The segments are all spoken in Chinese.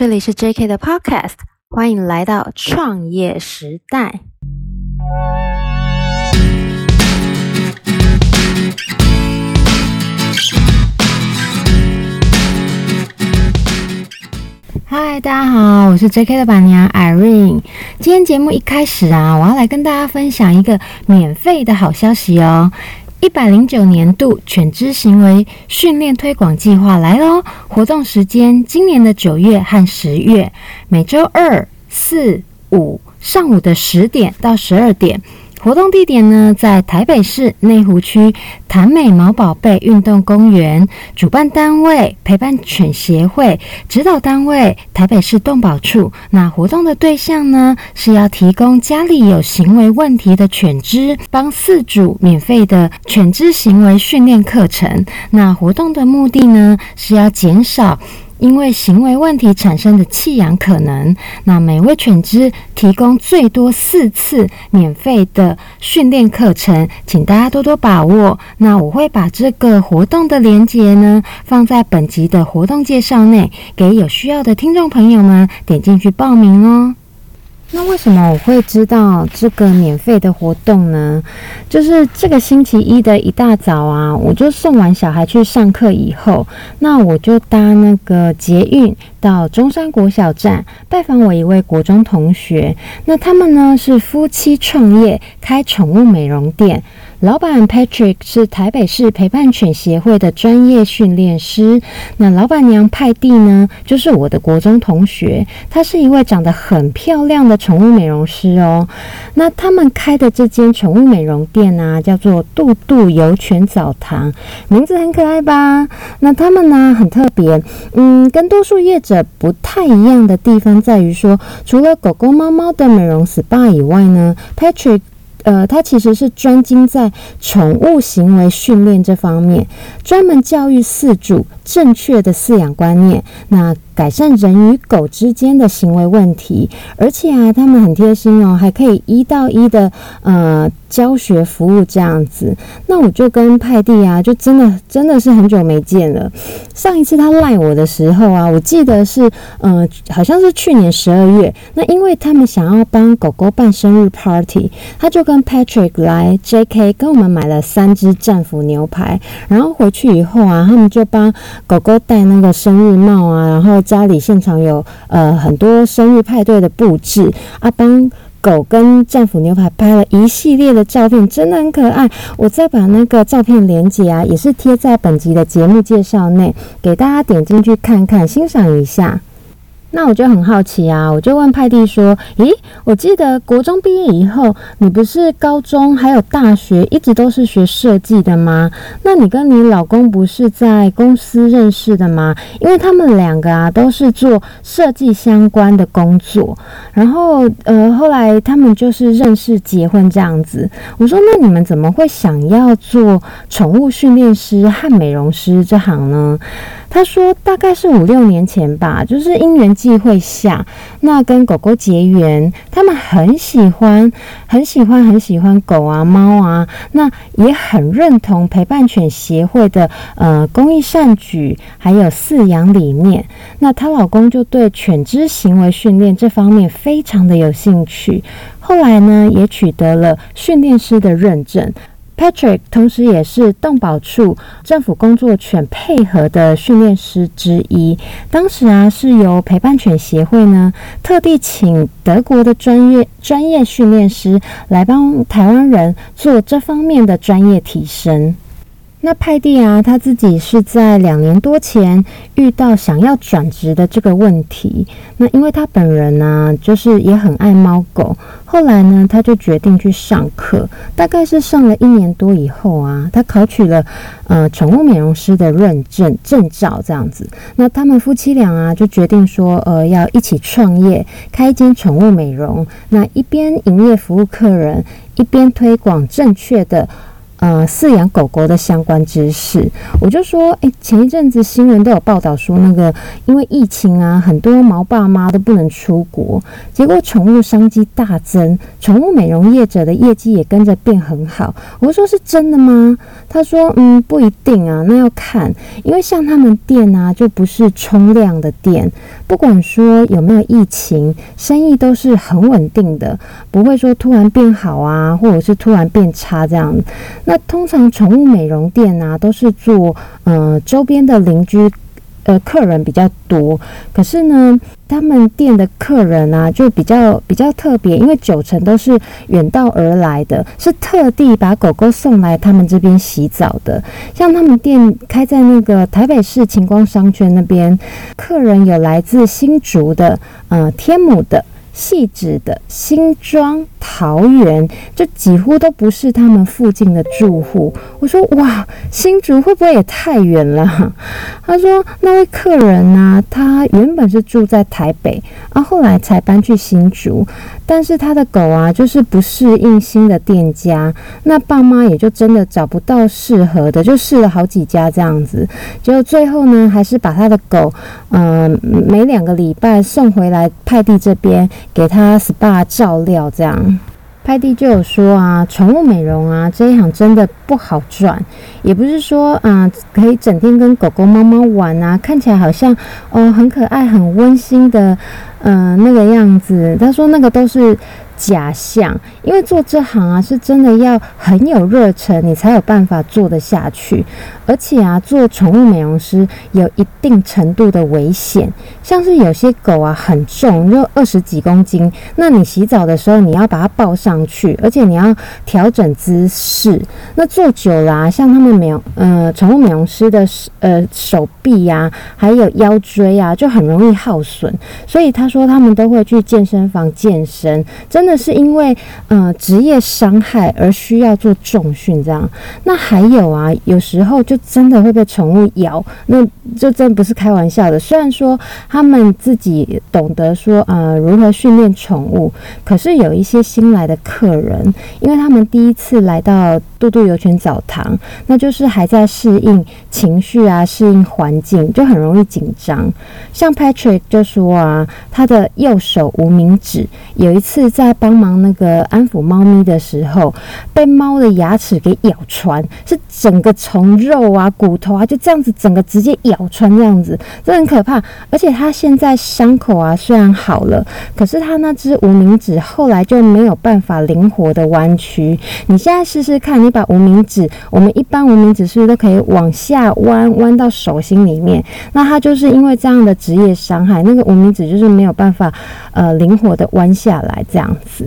这里是 JK 的 Podcast， 欢迎来到创业时代。嗨，大家好，我是 JK 的板娘 Irene。今天节目一开始我要来跟大家分享一个免费的好消息哦。109年度犬只行为训练推广计划来咯，活动时间今年的9月和10月，每周2、4、5上午的10点到12点。活动地点呢，在台北市内湖区潭美毛宝贝运动公园，主办单位陪伴犬协会，指导单位台北市动保处。那活动的对象呢，是要提供家里有行为问题的犬只，帮饲主免费的犬只行为训练课程。那活动的目的呢，是要减少因为行为问题产生的弃养可能，那每位犬只提供最多4次免费的训练课程，请大家多多把握。那我会把这个活动的连结呢，放在本集的活动介绍内，给有需要的听众朋友们点进去报名哦。那为什么我会知道这个免费的活动呢？就是这个星期一的一大早我就送完小孩去上课以后，那我就搭那个捷运到中山国小站拜访我一位国中同学。那他们呢是夫妻创业，开宠物美容店。老板 Patrick 是台北市陪伴犬协会的专业训练师，那老板娘派蒂呢，就是我的国中同学，她是一位长得很漂亮的宠物美容师哦。那他们开的这间宠物美容店叫做杜杜有犬澡堂，名字很可爱吧？那他们呢很特别，跟多数业者不太一样的地方在于说，除了狗狗猫猫的美容 SPA 以外呢，Patrick他其实是专精在宠物行为训练这方面，专门教育饲主正确的饲养观念，那改善人与狗之间的行为问题。而且他们很贴心哦，还可以1到1的教学服务这样子。那我就跟派蒂就真的是很久没见了。上一次他赖我的时候我记得是好像是去年12月。那因为他们想要帮狗狗办生日 party， 他就跟 Patrick 来 JK 跟我们买了3只战斧牛排，然后回去以后他们就帮狗狗戴那个生日帽然后家里现场有很多生日派对的布置帮狗跟战斧牛排拍了一系列的照片，真的很可爱。我再把那个照片连结也是贴在本集的节目介绍内，给大家点进去看看，欣赏一下。那我就很好奇我就问派蒂说，我记得国中毕业以后，你不是高中还有大学一直都是学设计的吗？那你跟你老公不是在公司认识的吗？因为他们两个都是做设计相关的工作，然后后来他们就是认识结婚这样子。我说那你们怎么会想要做宠物训练师和美容师这行呢？他说大概是5、6年前吧，就是因缘际会下，那跟狗狗结缘，他们很喜欢狗猫那也很认同陪伴犬协会的公益善举，还有饲养理念。那她老公就对犬只行为训练这方面非常的有兴趣，后来呢也取得了训练师的认证。Patrick 同时也是动保处政府工作犬配合的训练师之一。当时是由陪伴犬协会呢特地请德国的专业训练师来帮台湾人做这方面的专业提升。那派蒂他自己是在2年多前遇到想要转职的这个问题。那因为他本人就是也很爱猫狗，后来呢他就决定去上课，大概是上了1年多以后他考取了宠物美容师的证照这样子。那他们夫妻俩就决定说要一起创业，开一间宠物美容。那一边营业服务客人，一边推广正确的饲养狗狗的相关知识。我就说，前一阵子新闻都有报道说，那个因为疫情啊，很多毛爸妈都不能出国，结果宠物商机大增，宠物美容业者的业绩也跟着变很好。我说是真的吗？他说，不一定啊，那要看，因为像他们店啊，就不是冲量的店，不管说有没有疫情，生意都是很稳定的，不会说突然变好啊，或者是突然变差这样。那通常宠物美容店啊，都是做周边的邻居客人比较多，可是呢，他们店的客人啊，就比较特别，因为90%都是远道而来的，是特地把狗狗送来他们这边洗澡的。像他们店开在那个台北市晴光商圈那边，客人有来自新竹的、天母的、汐止的、新庄、桃园，就几乎都不是他们附近的住户。我说哇，新竹会不会也太远了？他说那位客人啊，他原本是住在台北，后来才搬去新竹，但是他的狗啊，就是不适应新的店家，那爸妈也就真的找不到适合的，就试了好几家这样子，结果最后呢，还是把他的狗，每2个礼拜送回来派地这边。给他 SPA 照料这样。派蒂就有说啊，宠物美容啊这一行真的不好赚，也不是说可以整天跟狗狗猫猫玩啊，看起来好像很可爱很温馨的那个样子。他说那个都是假象，因为做这行啊是真的要很有热忱，你才有办法做得下去。而且啊，做宠物美容师有一定程度的危险，像是有些狗啊很重，就20几公斤，那你洗澡的时候你要把它抱上去，而且你要调整姿势。那做久了啊，像他们宠物美容师的手臂啊，还有腰椎啊，就很容易耗损。所以他说他们都会去健身房健身，真的是因为职业伤害而需要做重训这样。那还有啊，有时候就真的会被宠物咬，那就真不是开玩笑的。虽然说他们自己懂得说如何训练宠物，可是有一些新来的客人，因为他们第一次来到杜杜游泉澡堂，那就是还在适应情绪啊，适应环境，就很容易紧张。像 Patrick 就说啊，他的右手无名指有一次在帮忙那个安抚猫咪的时候，被猫的牙齿给咬穿，是整个从肉啊骨头啊就这样子整个直接咬穿这样子，这很可怕。而且他现在伤口啊虽然好了，可是他那只无名指后来就没有办法灵活的弯曲。你现在试试看，你把无名指，我们一般无名指是不是都可以往下弯到手心里面？那他就是因为这样的职业伤害，那个无名指就是没有办法灵活的弯下来这样子。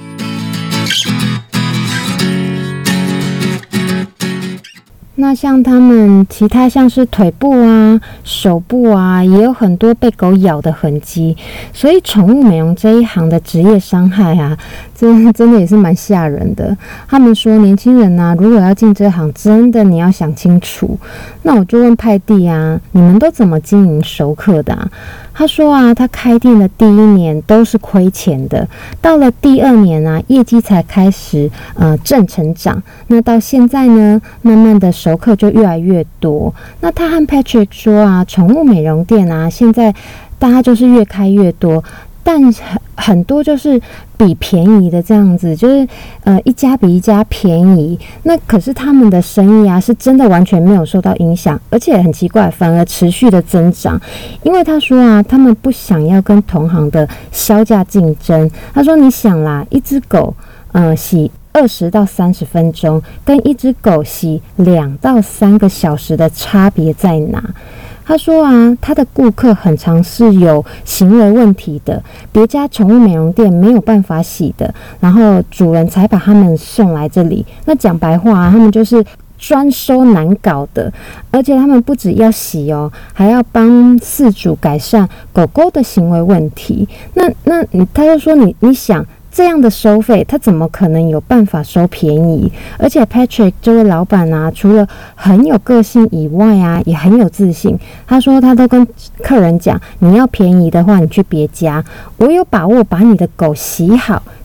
那像他们其他像是腿部啊、手部啊，也有很多被狗咬的痕迹，所以宠物美容这一行的职业伤害啊，真的也是蛮吓人的。他们说年轻人啊，如果要进这行，真的你要想清楚。那我就问派蒂啊，你们都怎么经营熟客的啊？他说啊，他开店的第1年都是亏钱的，到了第2年啊，业绩才开始正成长。那到现在呢，慢慢的熟客就越来越多。那他和 Patrick 说啊，宠物美容店啊，现在大家就是越开越多，但很多就是比便宜的这样子，就是一家比一家便宜。那可是他们的生意啊，是真的完全没有受到影响，而且很奇怪，反而持续的增长。因为他说啊，他们不想要跟同行的销价竞争。他说你想啦，一只狗洗20到30分钟，跟一只狗洗2到3个小时的差别在哪？他说啊，他的顾客很常是有行为问题的，别家宠物美容店没有办法洗的，然后主人才把他们送来这里。那讲白话啊，他们就是专收难搞的，而且他们不只要洗哦，还要帮饲主改善狗狗的行为问题。他就说你想。这样的收费，他怎么可能有办法收便宜？而且 Patrick 这位老板啊，除了很有个性以外啊，也很有自信。他说他都跟客人讲，你要便宜的话，你去别家，我有把握把你的狗洗好，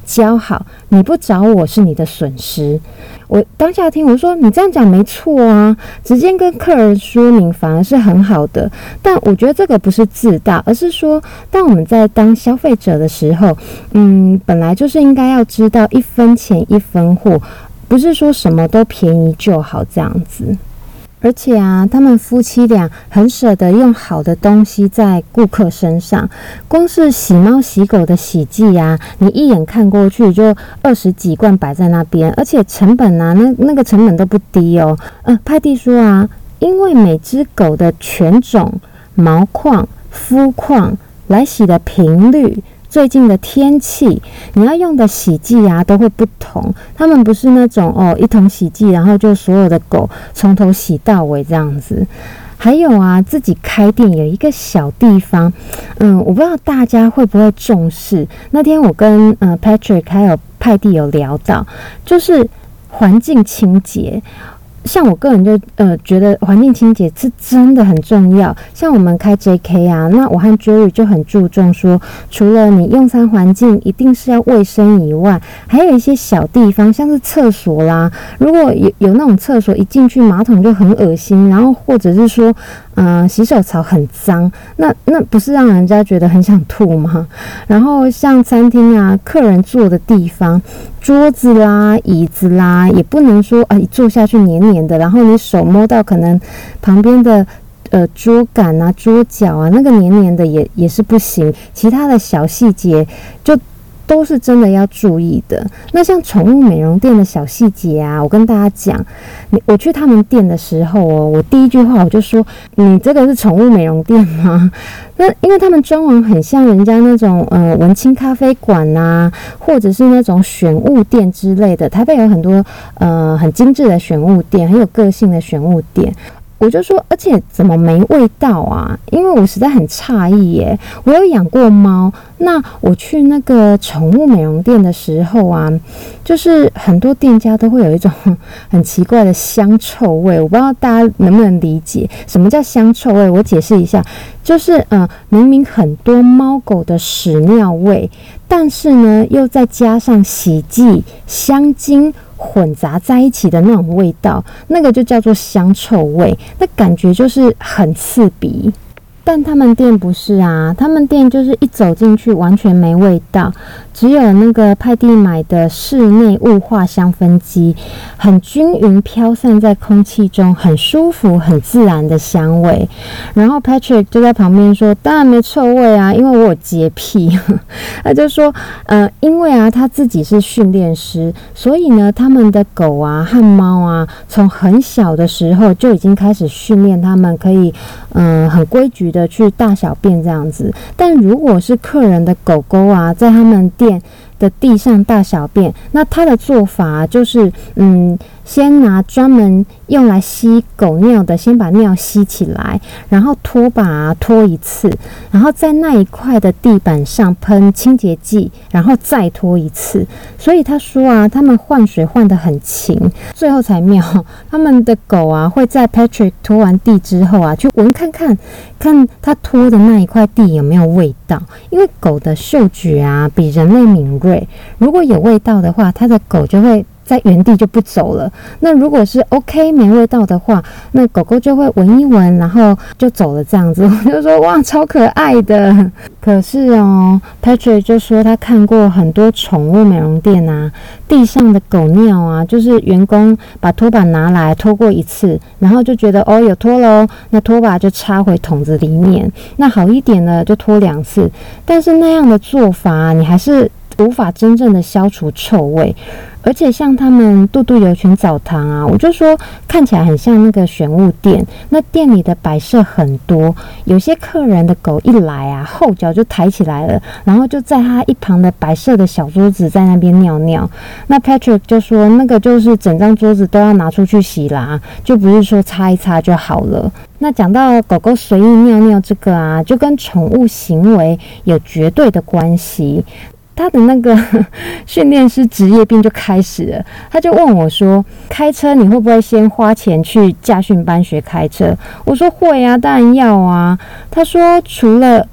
教好，你不找我是你的损失。我当下听我说你这样讲没错啊，直接跟客人说明反而是很好的。但我觉得这个不是自大，而是说当我们在当消费者的时候，本来就是应该要知道一分钱一分货，不是说什么都便宜就好这样子。而且啊，他们夫妻俩很舍得用好的东西在顾客身上。光是洗猫洗狗的洗剂啊，你一眼看过去就20几罐摆在那边，而且成本啊，那个成本都不低哦。派蒂说啊，因为每只狗的犬种、毛况、肤况、来洗的频率、最近的天气，你要用的洗剂啊都会不同。他们不是那种一桶洗剂，然后就所有的狗从头洗到尾这样子。还有啊，自己开店有一个小地方，我不知道大家会不会重视。那天我跟Patrick 还有派蒂有聊到，就是环境清洁。像我个人就觉得环境清洁是真的很重要。像我们开 JK 啊，那我和 Jerry 就很注重说，除了你用餐环境一定是要卫生以外，还有一些小地方，像是厕所啦，如果有那种厕所一进去马桶就很恶心，然后或者是说洗手槽很脏，那不是让人家觉得很想吐吗？然后像餐厅啊，客人坐的地方，桌子啦、椅子啦，也不能说一坐下去黏黏的，然后你手摸到可能旁边的桌杆啊、桌角啊，那个黏黏的也是不行。其他的小细节就都是真的要注意的。那像宠物美容店的小细节啊，我跟大家讲，我去他们店的时候我第一句话我就说，你这个是宠物美容店吗？那因为他们装潢很像人家那种文青咖啡馆啊，或者是那种选物店之类的。台北有很多很精致的选物店，很有个性的选物店。我就说，而且怎么没味道啊？因为我实在很诧异耶。我有养过猫，那我去那个宠物美容店的时候啊，就是很多店家都会有一种很奇怪的香臭味。我不知道大家能不能理解什么叫香臭味？我解释一下，就是明明很多猫狗的屎尿味，但是呢又再加上洗剂、香精混杂在一起的那种味道，那个就叫做香臭味，那感觉就是很刺鼻。但他们店不是啊，他们店就是一走进去完全没味道，只有那个派蒂买的室内雾化香氛机，很均匀飘散在空气中，很舒服很自然的香味。然后 Patrick 就在旁边说，当然没臭味啊，因为我有洁癖。他就说因为啊他自己是训练师，所以呢他们的狗啊和猫啊从很小的时候就已经开始训练他们可以很规矩的去大小便这样子。但如果是客人的狗狗啊，在他们店的地上大小便，那他的做法就是先拿专门用来吸狗尿的，先把尿吸起来，然后拖把拖一次，然后在那一块的地板上喷清洁剂，然后再拖一次。所以他说啊，他们换水换得很勤。最后才妙，他们的狗啊会在 Patrick 拖完地之后啊，去闻看他拖的那一块地有没有味道，因为狗的嗅觉啊比人类敏锐，如果有味道的话，他的狗就会在原地就不走了。那如果是 OK 没味道的话，那狗狗就会闻一闻，然后就走了这样子。我就说哇，超可爱的。可是Patrick 就说他看过很多宠物美容店啊，地上的狗尿啊，就是员工把拖把拿来拖过一次，然后就觉得有拖咯，那拖把就插回桶子里面。那好一点的就拖2次，但是那样的做法啊，你还是无法真正的消除臭味。而且像他们杜杜油泉澡堂啊，我就说看起来很像那个选物店，那店里的摆设很多，有些客人的狗一来啊，后脚就抬起来了，然后就在他一旁的摆设的小桌子在那边尿尿。那 Patrick 就说那个就是整张桌子都要拿出去洗啦，就不是说擦一擦就好了。那讲到狗狗随意尿尿这个啊，就跟宠物行为有绝对的关系。他的那个训练师职业病就开始了，他就问我说，开车你会不会先花钱去驾训班学开车？我说会啊，当然要啊。他说除了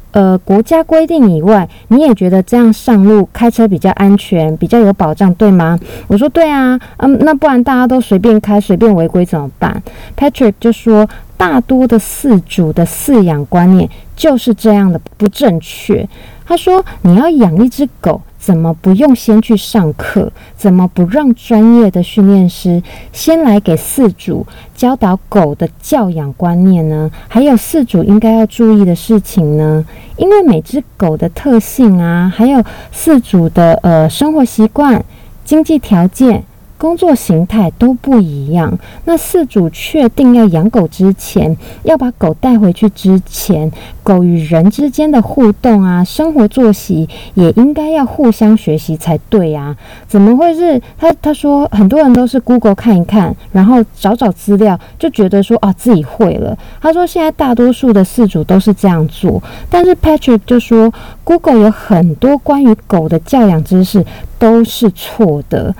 国家规定以外，你也觉得这样上路开车比较安全，比较有保障，对吗？我说对啊，那不然大家都随便开随便违规怎么办？ Patrick 就说大多的饲主的饲养观念就是这样的不正确。他说你要养一只狗，怎么不用先去上课？怎么不让专业的训练师先来给饲主教导狗的教养观念呢？还有饲主应该要注意的事情呢？因为每只狗的特性啊，还有饲主的生活习惯、经济条件、工作形态都不一样。那饲主确定要养狗之前，要把狗带回去之前，狗与人之间的互动啊，生活作息也应该要互相学习才对啊。怎么会是他说很多人都是 Google 看一看，然后找资料，就觉得说啊自己会了。他说现在大多数的饲主都是这样做，但是 Patrick 就说 Google 有很多关于狗的教养知识都是错的。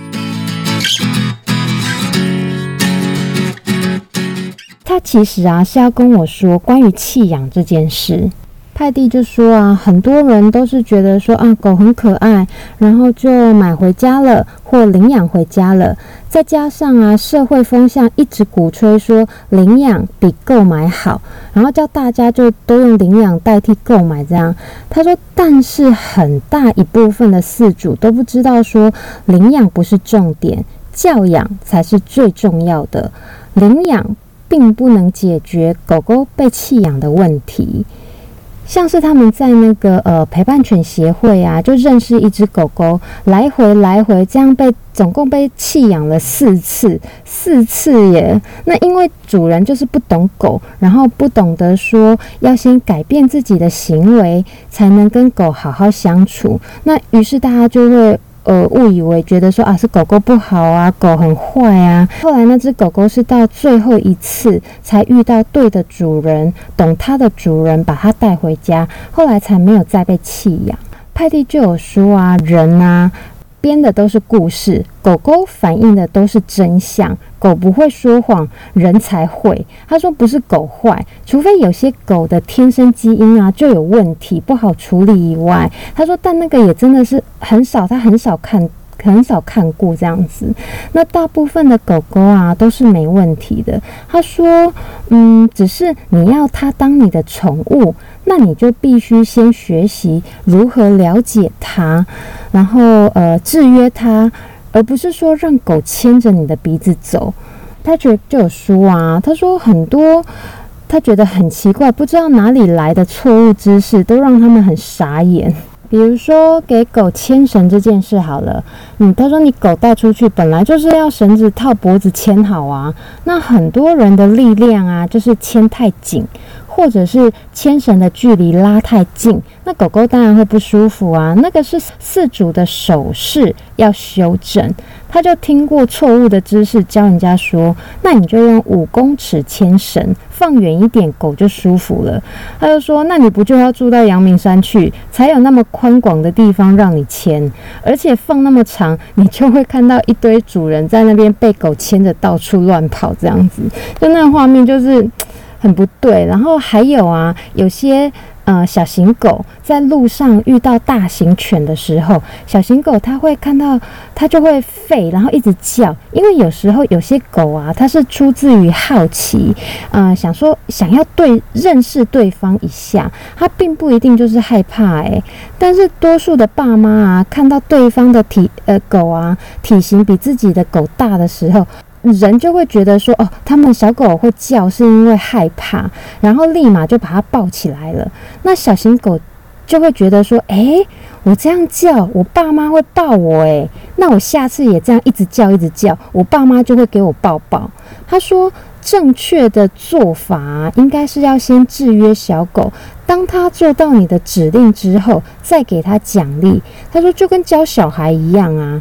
他其实是要跟我说关于弃养这件事。派蒂就说很多人都是觉得说狗很可爱，然后就买回家了或领养回家了，再加上社会风向一直鼓吹说领养比购买好，然后叫大家就都用领养代替购买这样。他说但是很大一部分的饲主都不知道说领养不是重点，教养才是最重要的。领养并不能解决狗狗被弃养的问题。像是他们在那个陪伴犬协会就认识一只狗狗，来回这样总共被弃养了4次耶。那因为主人就是不懂狗，然后不懂得说要先改变自己的行为，才能跟狗好好相处。那于是大家就会误以为觉得说是狗狗不好狗很坏后来那只狗狗是到最后一次才遇到对的主人，懂它的主人把它带回家，后来才没有再被弃养。派蒂就有说人编的都是故事，狗狗反映的都是真相。狗不会说谎，人才会。他说不是狗坏，除非有些狗的天生基因就有问题，不好处理以外，他说但那个也真的是很少，他很少看过这样子。那大部分的狗狗都是没问题的。他说只是你要它当你的宠物，那你就必须先学习如何了解它，然后制约它，而不是说让狗牵着你的鼻子走。Patrick 就有说他说很多他觉得很奇怪，不知道哪里来的错误知识，都让他们很傻眼。比如说给狗牵绳这件事好了，他说你狗带出去本来就是要绳子套脖子牵好那很多人的力量就是牵太紧，或者是牵绳的距离拉太近，那狗狗当然会不舒服那个是饲主的手势要修正。他就听过错误的知识，教人家说那你就用5公尺牵绳，放远一点狗就舒服了。他就说那你不就要住到阳明山去，才有那么宽广的地方让你牵，而且放那么长，你就会看到一堆主人在那边被狗牵着到处乱跑这样子，就那个画面就是很不对。然后还有有些小型狗在路上遇到大型犬的时候，小型狗它会看到它就会吠，然后一直叫，因为有时候有些狗它是出自于好奇，想要认识对方一下，它并不一定就是害怕但是多数的爸妈看到对方的狗体型比自己的狗大的时候，人就会觉得说他们小狗会叫是因为害怕，然后立马就把它抱起来了。那小型狗就会觉得说我这样叫我爸妈会抱我那我下次也这样一直叫我爸妈就会给我抱抱。他说正确的做法应该是要先制约小狗，当他做到你的指令之后再给他奖励。他说就跟教小孩一样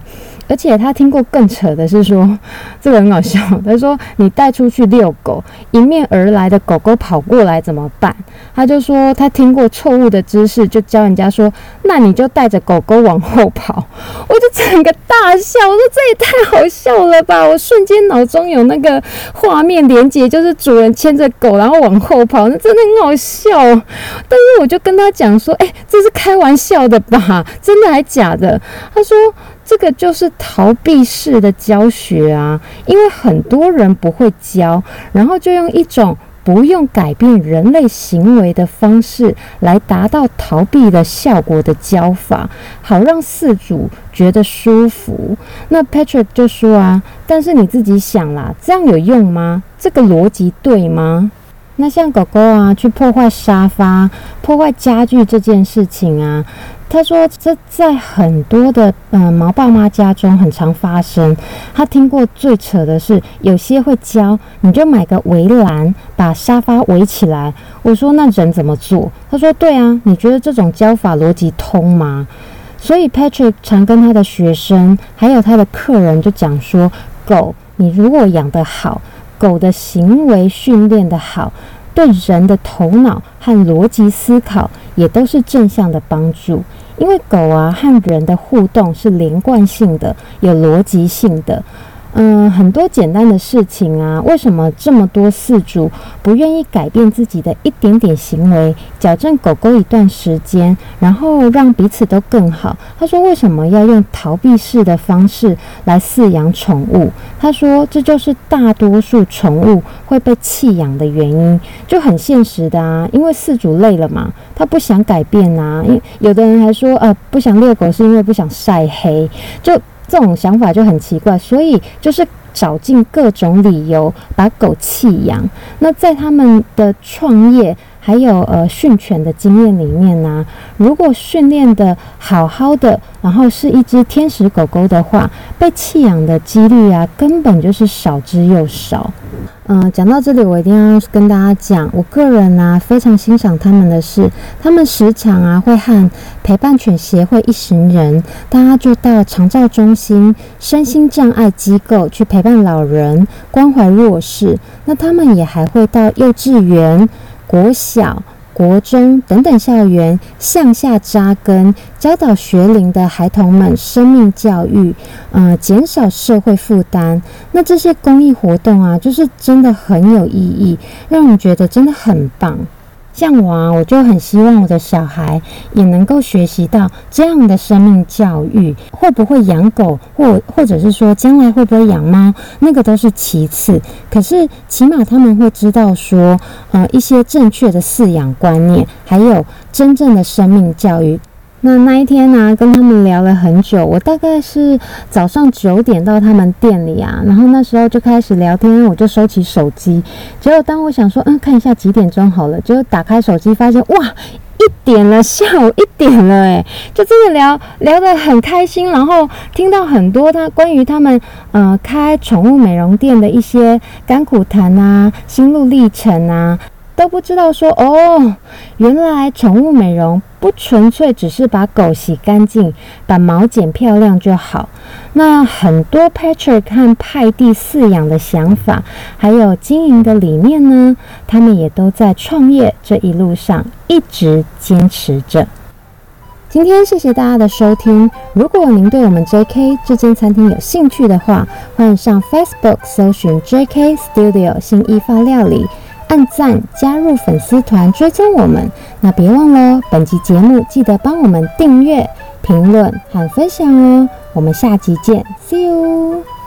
而且他听过更扯的是说，这个很好笑。他说你带出去遛狗，迎面而来的狗狗跑过来怎么办？他就说他听过错误的知识，就教人家说，那你就带着狗狗往后跑。我就整个大笑，我说这也太好笑了吧！我瞬间脑中有那个画面连结，就是主人牵着狗然后往后跑，那真的很好笑。但是我就跟他讲说，这是开玩笑的吧？真的还假的？他说这个就是逃避式的教学啊，因为很多人不会教，然后就用一种不用改变人类行为的方式来达到逃避的效果的教法，好让饲主觉得舒服。那 Patrick 就说啊，但是你自己想啦，这样有用吗？这个逻辑对吗？那像狗狗啊去破坏沙发、破坏家具这件事情啊，他说这在很多的毛爸妈家中很常发生。他听过最扯的是，有些会教你就买个围栏把沙发围起来。我说那人怎么做？他说对啊，你觉得这种教法逻辑通吗？所以 Patrick 常跟他的学生还有他的客人就讲说，狗你如果养得好，狗的行为训练得好，对人的头脑和逻辑思考也都是正向的帮助。因为狗啊和人的互动是连贯性的，有逻辑性的。很多简单的事情啊，为什么这么多饲主不愿意改变自己的一点点行为，矫正狗狗一段时间，然后让彼此都更好？他说为什么要用逃避式的方式来饲养宠物？他说这就是大多数宠物会被弃养的原因，就很现实的啊，因为饲主累了嘛，他不想改变啊。因为有的人还说不想遛狗是因为不想晒黑，就这种想法就很奇怪，所以就是找尽各种理由把狗弃养。那在他们的创业还有训犬的经验里面呢，如果训练的好好的，然后是一只天使狗狗的话，被弃养的几率啊，根本就是少之又少。讲到这里，我一定要跟大家讲，我个人啊非常欣赏他们的是，他们时常啊会和陪伴犬协会一行人，大家就到长照中心、身心障碍机构去陪伴老人、关怀弱势。那他们也还会到幼稚园、国小、国中等等校园向下扎根，教导学龄的孩童们生命教育，减少社会负担。那这些公益活动啊，就是真的很有意义，让人觉得真的很棒。像我啊，我就很希望我的小孩也能够学习到这样的生命教育。会不会养狗，或者是说将来会不会养猫，那个都是其次。可是起码他们会知道说，一些正确的饲养观念，还有真正的生命教育。那一天啊，跟他们聊了很久，我大概是早上9点到他们店里啊，然后那时候就开始聊天，我就收起手机。结果当我想说，看一下几点钟好了，结果打开手机发现，哇，1点了，下午1点了，就真的聊得很开心，然后听到很多关于他们开宠物美容店的一些甘苦谈啊、心路历程啊。都不知道说原来宠物美容不纯粹只是把狗洗干净，把毛剪漂亮就好。那很多 Patrick 和派蒂饲养的想法，还有经营的理念呢，他们也都在创业这一路上一直坚持着。今天谢谢大家的收听。如果您对我们 JK 这间餐厅有兴趣的话，欢迎上 Facebook 搜寻 JK Studio 新意法料理，按赞加入粉丝团追踪我们。那别忘了本集节目记得帮我们订阅、评论和分享哦。我们下集见 ，See you。